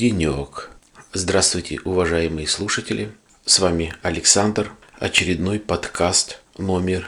денек. Здравствуйте, уважаемые слушатели. С вами Александр. Очередной подкаст номер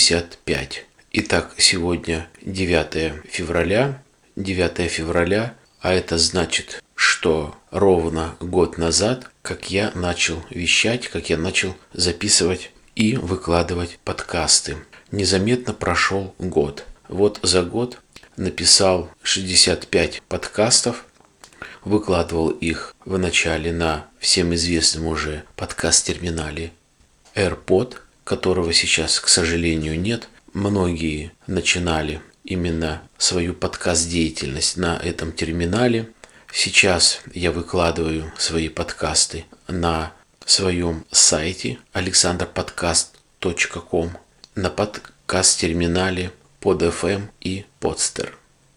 65. Итак, сегодня 9 февраля. 9 февраля, а это значит, что ровно год назад, как я начал вещать, как я начал записывать и выкладывать подкасты. Незаметно прошел год. Вот за год написал 65 подкастов, выкладывал их вначале на всем известном уже подкаст-терминале AirPod, которого сейчас, к сожалению, нет. Многие начинали именно свою подкаст-деятельность на этом терминале. Сейчас я выкладываю свои подкасты на своем сайте alexanderpodcast.com, на подкаст-терминале PodFM и Podster.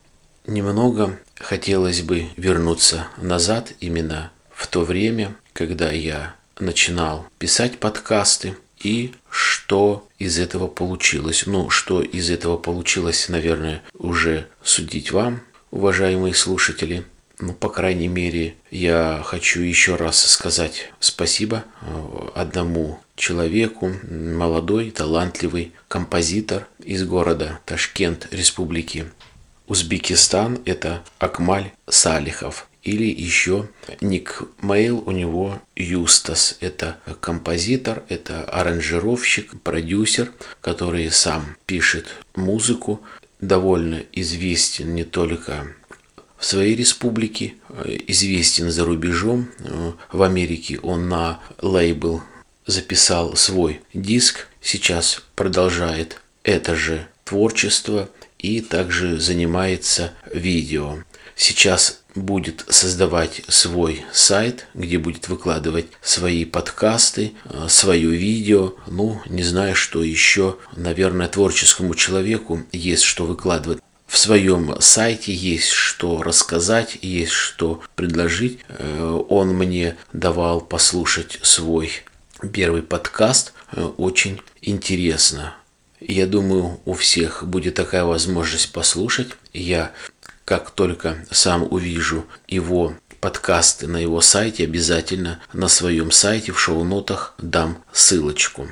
Немного хотелось бы вернуться назад, именно в то время, когда я начинал писать подкасты, и что из этого получилось. Что из этого получилось, наверное, уже судить вам, уважаемые слушатели. По крайней мере, я хочу еще раз сказать спасибо одному человеку, молодой, талантливый композитор из города Ташкент, Республики Узбекистан, это Акмаль Салихов. Или еще никмейл у него Юстас. Это композитор, это аранжировщик, продюсер, который сам пишет музыку. Довольно известен не только в своей республике, известен за рубежом. В Америке он на лейбл записал свой диск. Сейчас продолжает это же творчество и также занимается видео. Сейчас будет создавать свой сайт, где будет выкладывать свои подкасты, свое видео. Не знаю, что еще. Наверное, творческому человеку есть что выкладывать. В своем сайте есть что рассказать, есть что предложить. Он мне давал послушать свой первый подкаст. Очень интересно. Я думаю, у всех будет такая возможность послушать. Я, как только сам увижу его подкасты на его сайте, обязательно на своем сайте в шоу-нотах дам ссылочку.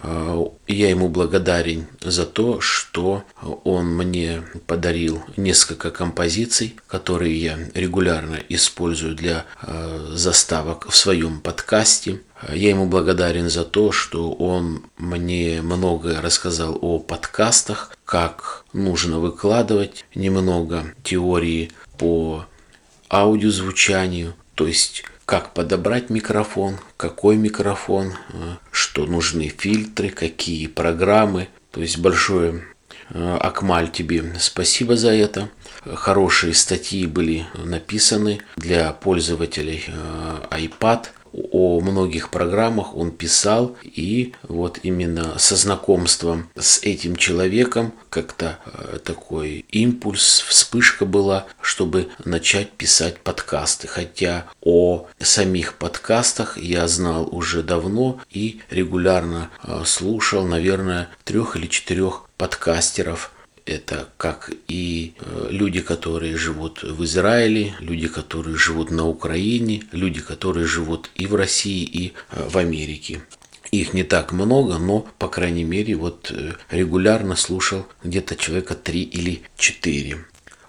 Я ему благодарен за то, что он мне подарил несколько композиций, которые я регулярно использую для заставок в своем подкасте. Я ему благодарен за то, что он мне многое рассказал о подкастах, как нужно выкладывать, немного теории по аудиозвучанию, то есть как подобрать микрофон, какой микрофон, что нужны фильтры, какие программы. То есть большое, Акмаль, тебе спасибо за это. Хорошие статьи были написаны для пользователей iPad. О многих программах он писал, и вот именно со знакомством с этим человеком как-то такой импульс, вспышка была, чтобы начать писать подкасты. Хотя о самих подкастах я знал уже давно и регулярно слушал, наверное, 3 или 4 подкастеров. Это как и люди, которые живут в Израиле, люди, которые живут на Украине, люди, которые живут и в России, и в Америке. Их не так много, но, по крайней мере, регулярно слушал где-то человека 3 или 4.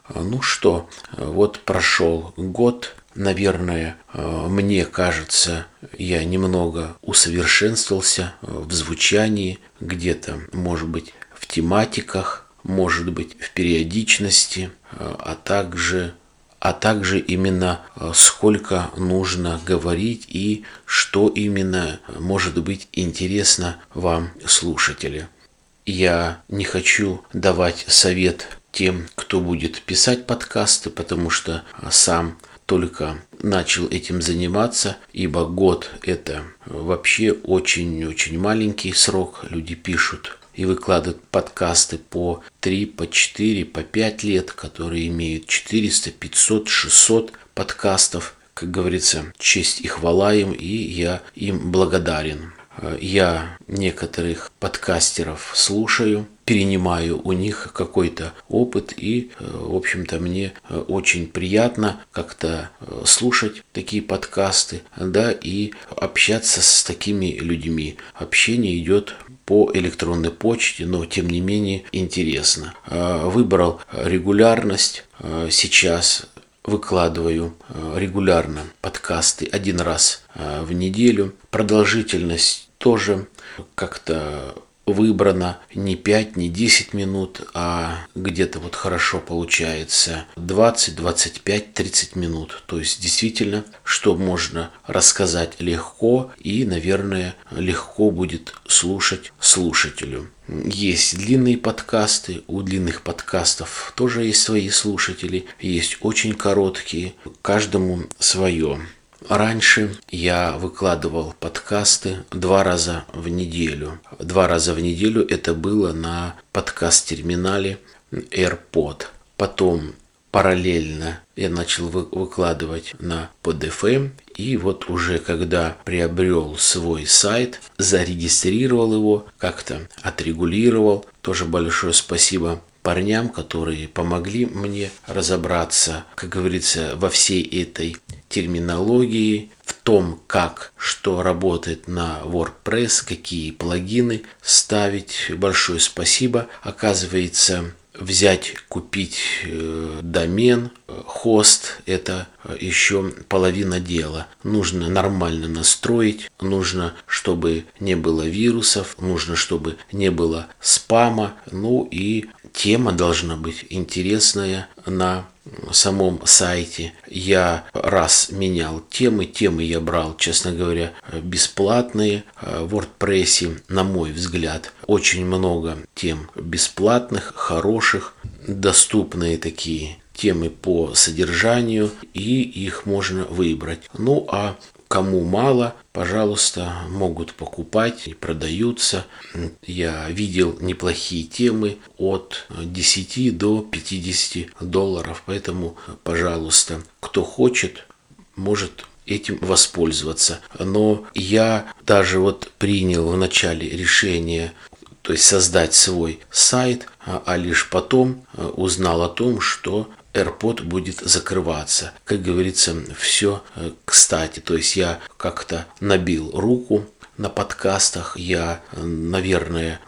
Вот прошел год. Наверное, мне кажется, я немного усовершенствовался в звучании, где-то, может быть, в тематиках, может быть, в периодичности, а также именно сколько нужно говорить и что именно может быть интересно вам, слушатели. Я не хочу давать совет тем, кто будет писать подкасты, потому что сам только начал этим заниматься, ибо год – это вообще очень-очень маленький срок. Люди пишут и выкладывают подкасты по 3, по 4, по 5 лет, которые имеют 400, 500, 600 подкастов. Как говорится, честь и хвала им, и я им благодарен. я некоторых подкастеров слушаю, перенимаю у них какой-то опыт, и, в общем-то, мне очень приятно как-то слушать такие подкасты, да, и общаться с такими людьми. Общение идет по электронной почте, но тем не менее интересно. Выбрал регулярность. Сейчас выкладываю регулярно подкасты один раз в неделю. Продолжительность тоже как-то выбрано не 5, не 10 минут, а где-то вот хорошо получается 20, 25, 30 минут. То есть действительно, что можно рассказать легко и, наверное, легко будет слушать слушателю. Есть длинные подкасты, у длинных подкастов тоже есть свои слушатели, есть очень короткие, каждому свое. Раньше я выкладывал подкасты 2 раза в неделю. 2 раза в неделю это было на подкаст-терминале AirPod. Потом параллельно я начал выкладывать на PodFM. И вот уже когда приобрел свой сайт, зарегистрировал его, как-то отрегулировал. Тоже большое спасибо парням, которые помогли мне разобраться, как говорится, во всей этой терминологии, в том, как что работает на WordPress, какие плагины ставить. Большое спасибо. Оказывается, взять, купить домен, хост – это еще половина дела. Нужно нормально настроить, нужно, чтобы не было вирусов, нужно, чтобы не было спама, ну и тема должна быть интересная на самом сайте. Я раз менял темы я брал, честно говоря, бесплатные. В WordPress, на мой взгляд, очень много тем бесплатных, хороших, доступные такие темы по содержанию, и их можно выбрать. Ну а кому мало, пожалуйста, могут покупать и продаются. Я видел неплохие темы от 10 до 50 долларов, поэтому, пожалуйста, кто хочет, может этим воспользоваться. Но я даже вот принял в начале решение, то есть создать свой сайт, а лишь потом узнал о том, что AirPod будет закрываться. Как говорится, все кстати. То есть я как-то набил руку на подкастах. Я, наверное,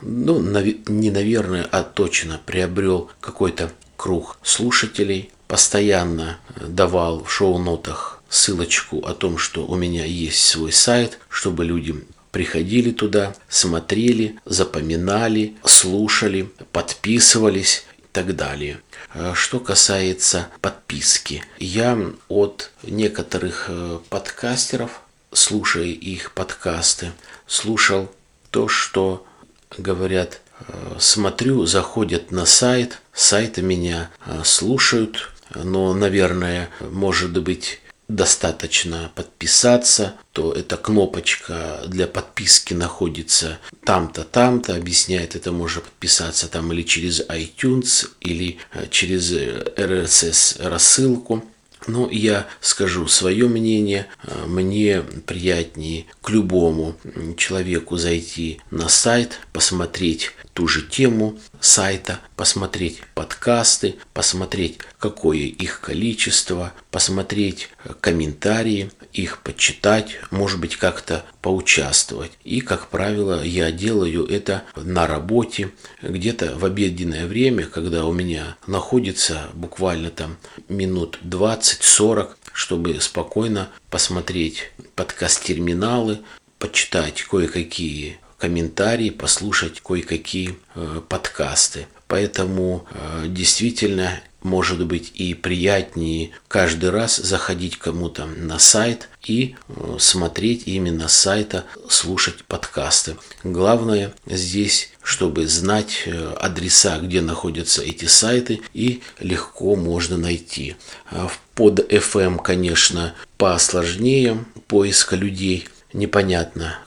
а точно приобрел какой-то круг слушателей. Постоянно давал в шоу-нотах ссылочку о том, что у меня есть свой сайт, чтобы люди приходили туда, смотрели, запоминали, слушали, подписывались и так далее. Что касается подписки, я от некоторых подкастеров, слушая их подкасты, слушал то, что говорят: смотрю, заходят на сайт, сайты меня слушают, но, наверное, может быть, достаточно подписаться, то эта кнопочка для подписки находится там-то, там-то, объясняет, это можно подписаться там или через iTunes, или через RSS рассылку. Но я скажу свое мнение. Мне приятнее к любому человеку зайти на сайт, посмотреть ту же тему сайта, посмотреть подкасты, посмотреть, какое их количество, посмотреть комментарии, их почитать, может быть, как-то поучаствовать. И, как правило, я делаю это на работе, где-то в обеденное время, когда у меня находится буквально там минут 20-40, чтобы спокойно посмотреть подкаст-терминалы, почитать кое-какие комментарии, послушать кое-какие подкасты. Поэтому действительно может быть и приятнее каждый раз заходить кому-то на сайт и смотреть именно с сайта, слушать подкасты. Главное здесь, чтобы знать адреса, где находятся эти сайты, и легко можно найти. Под FM, конечно, посложнее поиска людей. Непонятно,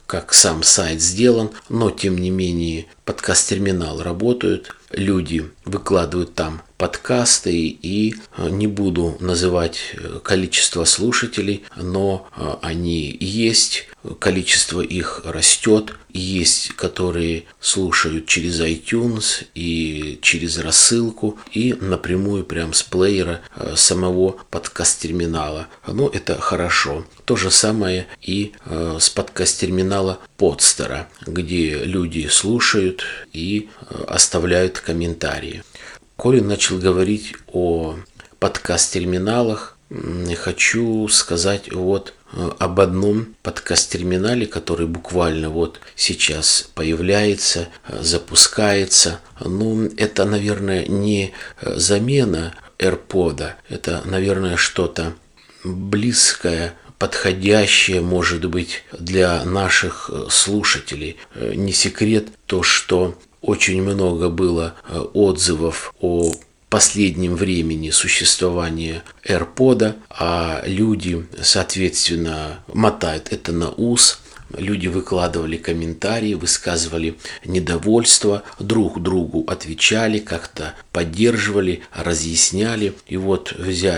как сам сайт сделан, но тем не менее подкаст-терминал работает, люди выкладывают там подкасты, и не буду называть количество слушателей, но они есть, количество их растет, есть, которые слушают через iTunes и через рассылку, и напрямую прям с плеера самого подкаст-терминала. Но это хорошо. То же самое и с подкаст-терминала Podster, где люди слушают и оставляют комментарии. Коли начал говорить о подкаст-терминалах, хочу сказать вот об одном подкаст-терминале, который буквально вот сейчас появляется, запускается. Ну, это, наверное, не замена AirPod, это, наверное, что-то близкое, подходящее, может быть, для наших слушателей. Не секрет то, что очень много было отзывов о последнем времени существования AirPod, а люди, соответственно, мотают это на ус. Люди выкладывали комментарии, высказывали недовольство, друг другу отвечали, как-то поддерживали, разъясняли. И вот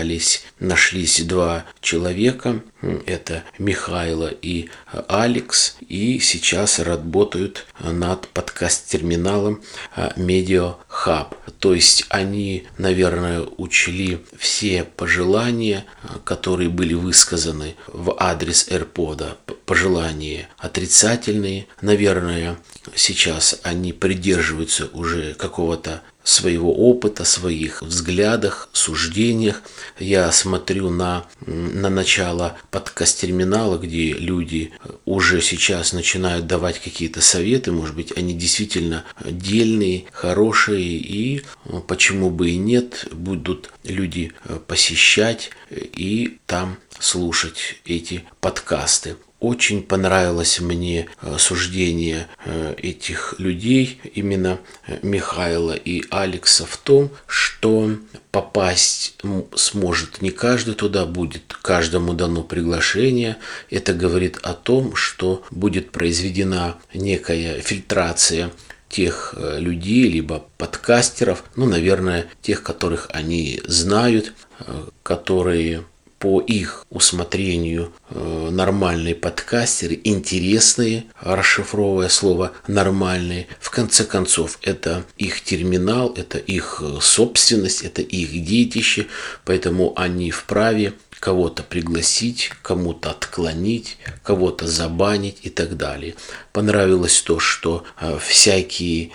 нашлись два человека, это Михайло и Алекс, и сейчас работают над подкаст-терминалом Media Hub. То есть они, наверное, учли все пожелания, которые были высказаны в адрес AirPod, пожелания отрицательные. Наверное, сейчас они придерживаются уже какого-то своего опыта, своих взглядах, суждениях. Я смотрю на начало подкаст-терминала, где люди уже сейчас начинают давать какие-то советы. Может быть, они действительно дельные, хорошие, и почему бы и нет, будут люди посещать и там слушать эти подкасты. Очень понравилось мне суждение этих людей, именно Михаила и Алекса, в том, что попасть сможет не каждый туда, будет каждому дано приглашение. Это говорит о том, что будет произведена некая фильтрация тех людей, либо подкастеров, наверное, тех, которых они знают, которые по их усмотрению нормальные подкастеры, интересные, расшифровывая слово «нормальные». В конце концов, это их терминал, это их собственность, это их детище, поэтому они вправе кого-то пригласить, кому-то отклонить, кого-то забанить и так далее. Понравилось то, что всякие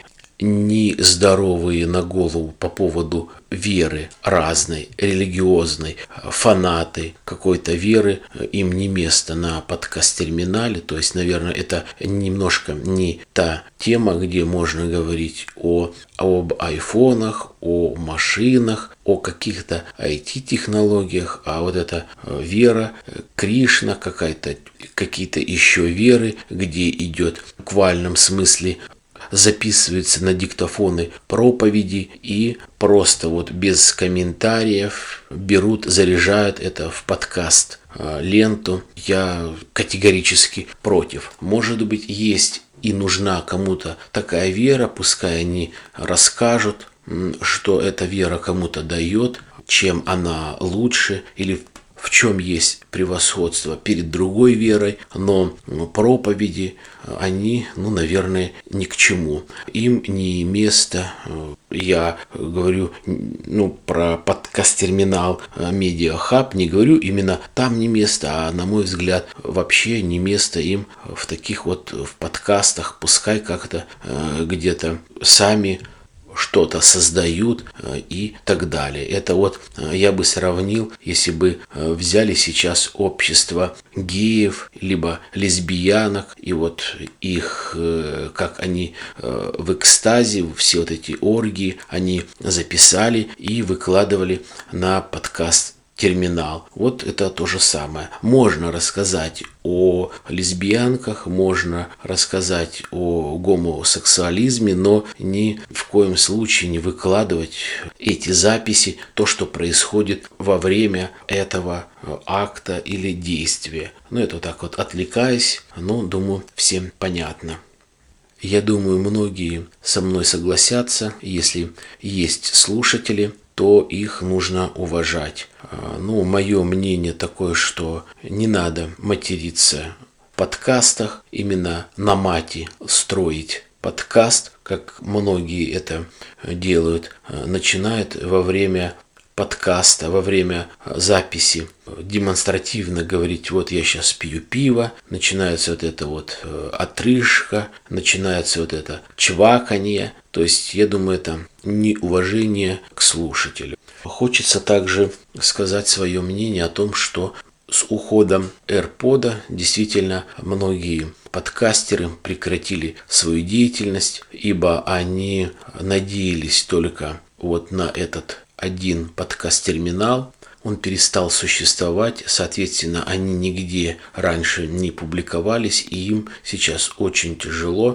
нездоровые на голову по поводу веры разной, религиозной, фанаты какой-то веры, им не место на подкаст-терминале. То есть, наверное, это немножко не та тема, где можно говорить об айфонах, о машинах, о каких-то IT-технологиях, а вот эта вера, Кришна, какие-то еще веры, где идет в буквальном смысле записываются на диктофоны проповеди и просто вот без комментариев берут, заряжают это в подкаст ленту. Я категорически против. Может быть, есть и нужна кому-то такая вера, пускай они расскажут, что эта вера кому-то дает, чем она лучше или в чем есть превосходство перед другой верой, но проповеди, они, наверное, ни к чему. Им не место. Я говорю, про подкаст-терминал Media Hub, не говорю именно там не место, а, на мой взгляд, вообще не место им в таких вот в подкастах. Пускай как-то где-то сами что-то создают и так далее. Это вот я бы сравнил, если бы взяли сейчас общество геев, либо лесбиянок, и вот их, как они в экстазе, все вот эти оргии, они записали и выкладывали на подкаст терминал. Вот это то же самое. Можно рассказать о лесбиянках, можно рассказать о гомосексуализме, но ни в коем случае не выкладывать эти записи, то, что происходит во время этого акта или действия. Это вот так вот отвлекаясь, но думаю, всем понятно. Я думаю, многие со мной согласятся, если есть слушатели, то их нужно уважать. Мое мнение такое, что не надо материться в подкастах, именно на мате строить подкаст, как многие это делают, начинают во время подкаста, во время записи демонстративно говорить: вот я сейчас пью пиво, начинается вот это вот отрыжка, начинается вот это чваканье. То есть, я думаю, это неуважение к слушателю. Хочется также сказать свое мнение о том, что с уходом AirPod действительно многие подкастеры прекратили свою деятельность, ибо они надеялись только вот на этот один подкаст-терминал. Он перестал существовать, соответственно, они нигде раньше не публиковались, и им сейчас очень тяжело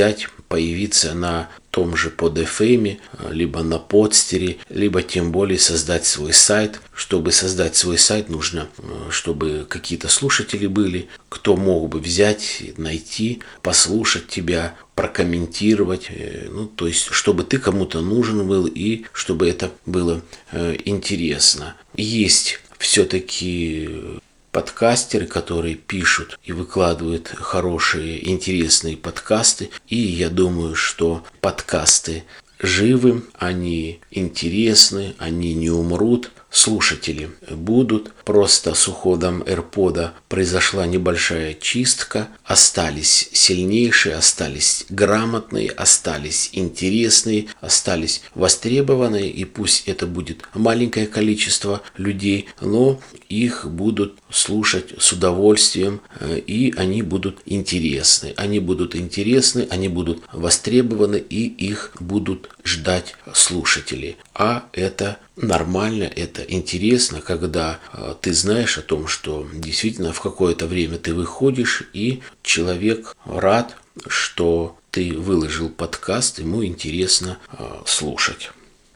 появиться на том же PodFM, либо на Подстере, либо тем более создать свой сайт. Чтобы создать свой сайт, нужно, чтобы какие-то слушатели были, кто мог бы взять, найти, послушать тебя, прокомментировать, то есть, чтобы ты кому-то нужен был и чтобы это было интересно. Есть все-таки подкастеры, которые пишут и выкладывают хорошие, интересные подкасты, и я думаю, что подкасты живы, они интересны, они не умрут. Слушатели будут. Просто с уходом AirPod произошла небольшая чистка. Остались сильнейшие, остались грамотные, остались интересные, остались востребованные. И пусть это будет маленькое количество людей, но их будут слушать с удовольствием, и они будут интересны. Они будут интересны, они будут востребованы, и их будут ждать слушатели. А это нормально, это интересно, когда ты знаешь о том, что действительно в какое-то время ты выходишь, и человек рад, что ты выложил подкаст, ему интересно слушать.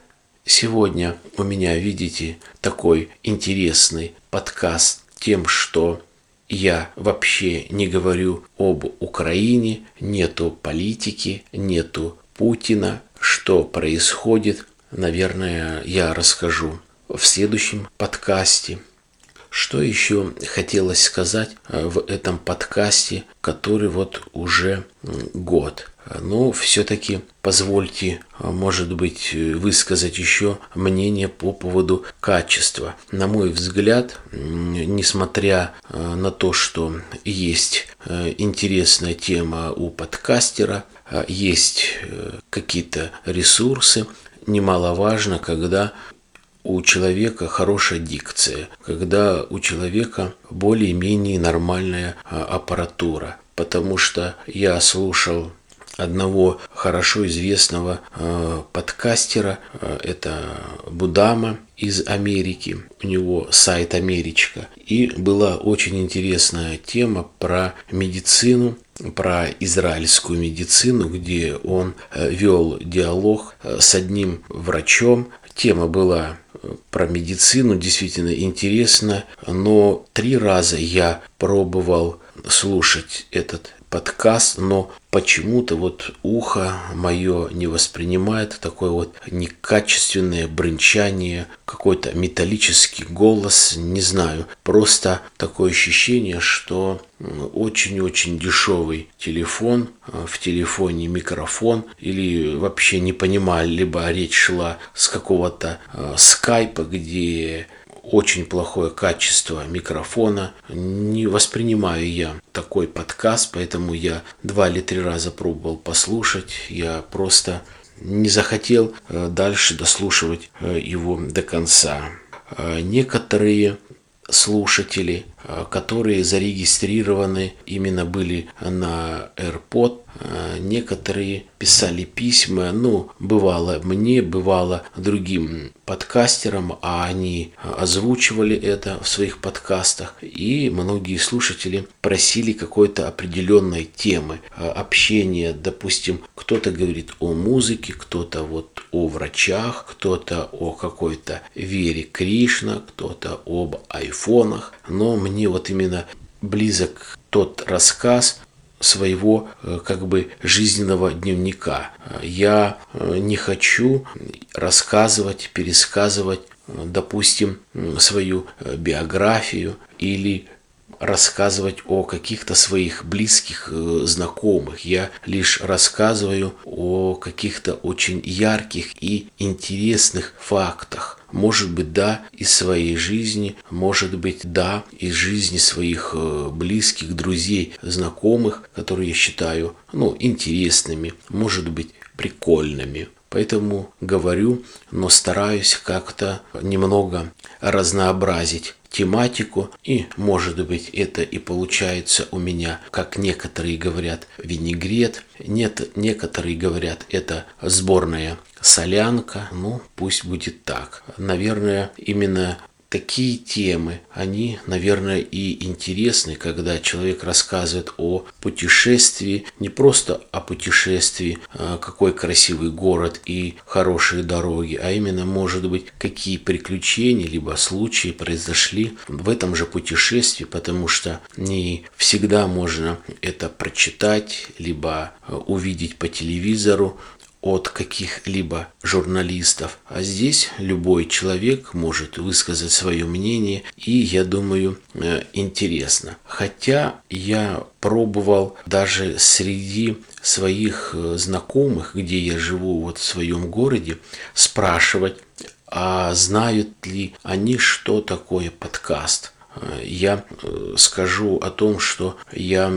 Сегодня у меня, видите, такой интересный подкаст тем, что я вообще не говорю об Украине, нету политики, нету Путина. Что происходит, наверное, я расскажу в следующем подкасте. Что еще хотелось сказать в этом подкасте, который вот уже год. Но все-таки позвольте, может быть, высказать еще мнение по поводу качества. На мой взгляд, несмотря на то, что есть интересная тема у подкастера, есть какие-то ресурсы, немаловажно, когда у человека хорошая дикция, когда у человека более-менее нормальная аппаратура. Потому что я слушал одного хорошо известного подкастера, это Будама из Америки, у него сайт Америчка, и была очень интересная тема про медицину, про израильскую медицину, где он вел диалог с одним врачом. Тема была про медицину, действительно интересно, но 3 раза я пробовал слушать этот подкаст, но почему-то вот ухо мое не воспринимает такое вот некачественное бренчание, какой-то металлический голос, не знаю, просто такое ощущение, что очень-очень дешевый телефон, в телефоне микрофон, или вообще не понимаю, либо речь шла с какого-то скайпа, где очень плохое качество микрофона. Не воспринимаю я такой подкаст, поэтому я 2 или 3 раза пробовал послушать. Я просто не захотел дальше дослушивать его до конца. Некоторые слушатели которые зарегистрированы именно были на AirPod. Некоторые писали письма, бывало мне, бывало другим подкастерам, а они озвучивали это в своих подкастах. И многие слушатели просили какой-то определенной темы общения. Допустим, кто-то говорит о музыке, кто-то о врачах, кто-то о какой-то вере Кришна, кто-то об айфонах. Но мне именно близок тот рассказ своего жизненного дневника. Я не хочу рассказывать, пересказывать, допустим, свою биографию или рассказывать о каких-то своих близких знакомых. Я лишь рассказываю о каких-то очень ярких и интересных фактах. Может быть, да, из своей жизни, может быть, да, из жизни своих близких, друзей, знакомых, которые я считаю, интересными, может быть, прикольными. Поэтому говорю, но стараюсь как-то немного разнообразить тематику, и, может быть, это и получается у меня, как некоторые говорят, винегрет, некоторые говорят, это сборная солянка, пусть будет так. Наверное, именно такие темы, они, наверное, и интересны, когда человек рассказывает о путешествии, не просто о путешествии, какой красивый город и хорошие дороги, а именно, может быть, какие приключения либо случаи произошли в этом же путешествии, потому что не всегда можно это прочитать, либо увидеть по телевизору от каких-либо журналистов. А здесь любой человек может высказать свое мнение, и, я думаю, интересно. Хотя я пробовал даже среди своих знакомых, где я живу в своем городе, спрашивать, а знают ли они, что такое подкаст. Я скажу о том, что я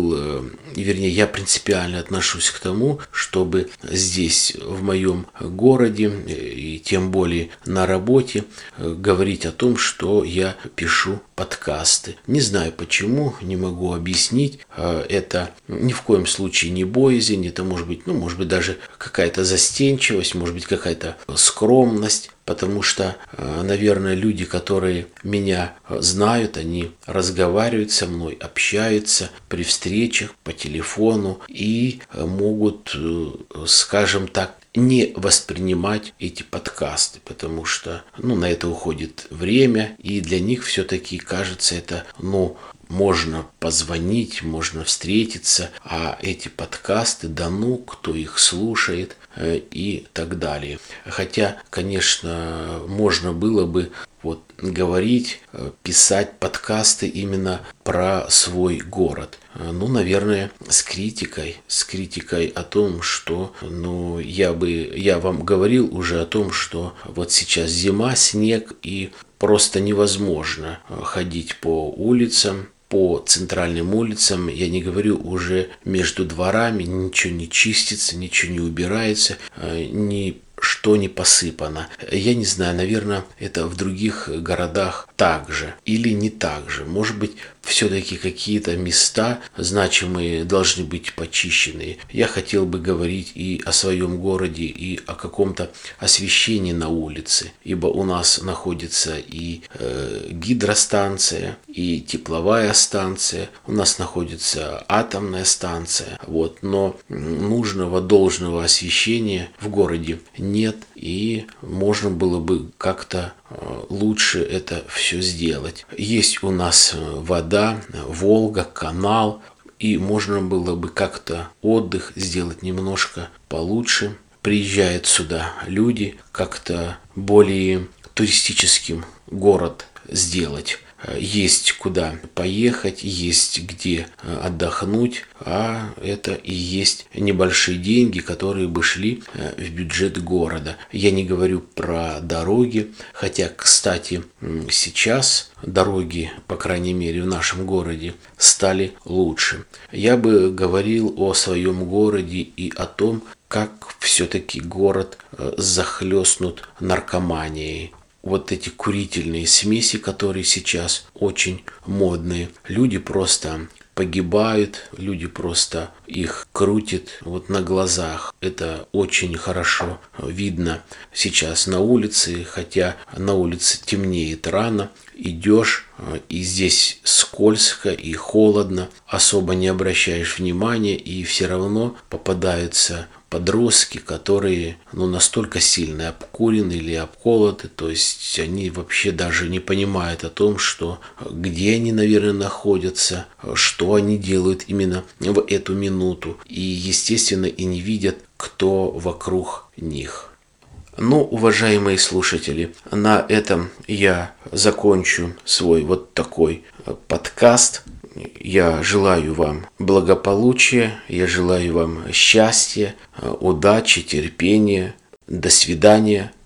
принципиально отношусь к тому, чтобы здесь, в моем городе, и тем более на работе, говорить о том, что я пишу подкасты. Не знаю почему, не могу объяснить. Это ни в коем случае не боязнь, это может быть даже какая-то застенчивость, может быть какая-то скромность. Потому что, наверное, люди, которые меня знают, они разговаривают со мной, общаются при встречах по телефону и могут, скажем так, не воспринимать эти подкасты, потому что на это уходит время, и для них все-таки кажется это, можно позвонить, можно встретиться, а эти подкасты, кто их слушает и так далее. Хотя, конечно, можно было бы говорить, писать подкасты именно про свой город. Наверное, с критикой о том, что, я вам говорил уже о том, что сейчас зима, снег, и просто невозможно ходить по улицам, по центральным улицам, я не говорю уже между дворами, ничего не чистится, ничего не убирается, ничто не посыпано. Я не знаю, наверное, это в других городах так же или не так же. Может быть, все-таки какие-то места значимые должны быть почищены. Я хотел бы говорить и о своем городе, и о каком-то освещении на улице, ибо у нас находится и гидростанция, и тепловая станция, у нас находится атомная станция, но нужного должного освещения в городе нет, и можно было бы как-то лучше это все сделать. Есть у нас вода, Волга, канал, и можно было бы как-то отдых сделать немножко получше. Приезжают сюда люди, как-то более туристическим город сделать. Есть куда поехать, есть где отдохнуть, а это и есть небольшие деньги, которые бы шли в бюджет города. Я не говорю про дороги, хотя, кстати, сейчас дороги, по крайней мере, в нашем городе стали лучше. Я бы говорил о своем городе и о том, как все-таки город захлестнут наркоманией. вот эти курительные смеси, которые сейчас очень модные. Люди просто погибают, люди просто их крутят вот на глазах. Это очень хорошо видно сейчас на улице, хотя на улице темнеет рано. Идешь, и здесь скользко и холодно, особо не обращаешь внимания, и все равно попадаются подростки, которые настолько сильно обкурены или обколоты, то есть они вообще даже не понимают о том, что где они, наверное, находятся, что они делают именно в эту минуту, и, естественно, и не видят, кто вокруг них. Уважаемые слушатели, на этом я закончу свой вот такой подкаст. Я желаю вам благополучия, я желаю вам счастья, удачи, терпения. До свидания.